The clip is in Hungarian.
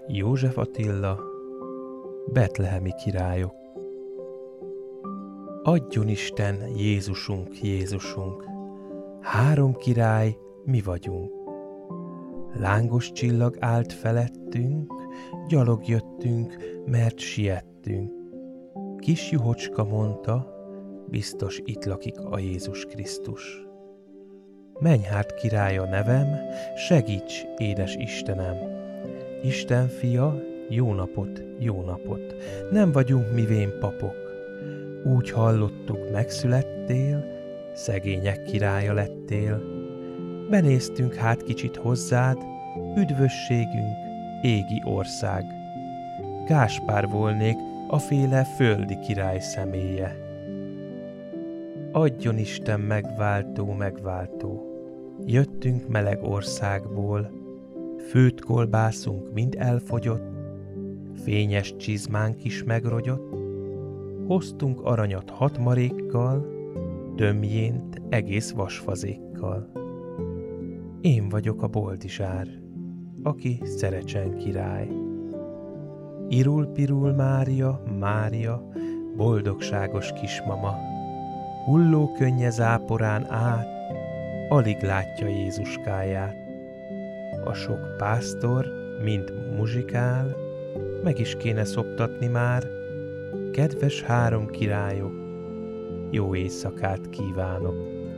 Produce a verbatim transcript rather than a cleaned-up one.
József Attila, betlehemi királyok. Adjon Isten, Jézusunk, Jézusunk, három király mi vagyunk. Lángos csillag állt felettünk, gyalog jöttünk, mert siettünk. Kis juhocska mondta, biztos itt lakik a Jézus Krisztus. Menj hát királya nevem, segíts, édes Istenem! Isten fia, jó napot, jó napot, nem vagyunk mi vén papok. Úgy hallottuk, megszülettél, szegények királya lettél. Benéztünk hát kicsit hozzád, üdvösségünk, égi ország. Gáspár volnék, a féle földi király személye. Adjon Isten megváltó, megváltó, jöttünk meleg országból, főtt kolbászunk mind elfogyott, fényes csizmánk is megrogyott, hoztunk aranyat hat marékkal, tömjént egész vasfazékkal. Én vagyok a Boldizsár, aki Szerecsen király. Irul-pirul Mária, Mária, boldogságos kismama, hulló könnye záporán át, alig látja Jézuskáját. A sok pásztor mind muzsikál, meg is kéne szoptatni már, kedves három királyok, jó éjszakát kívánok!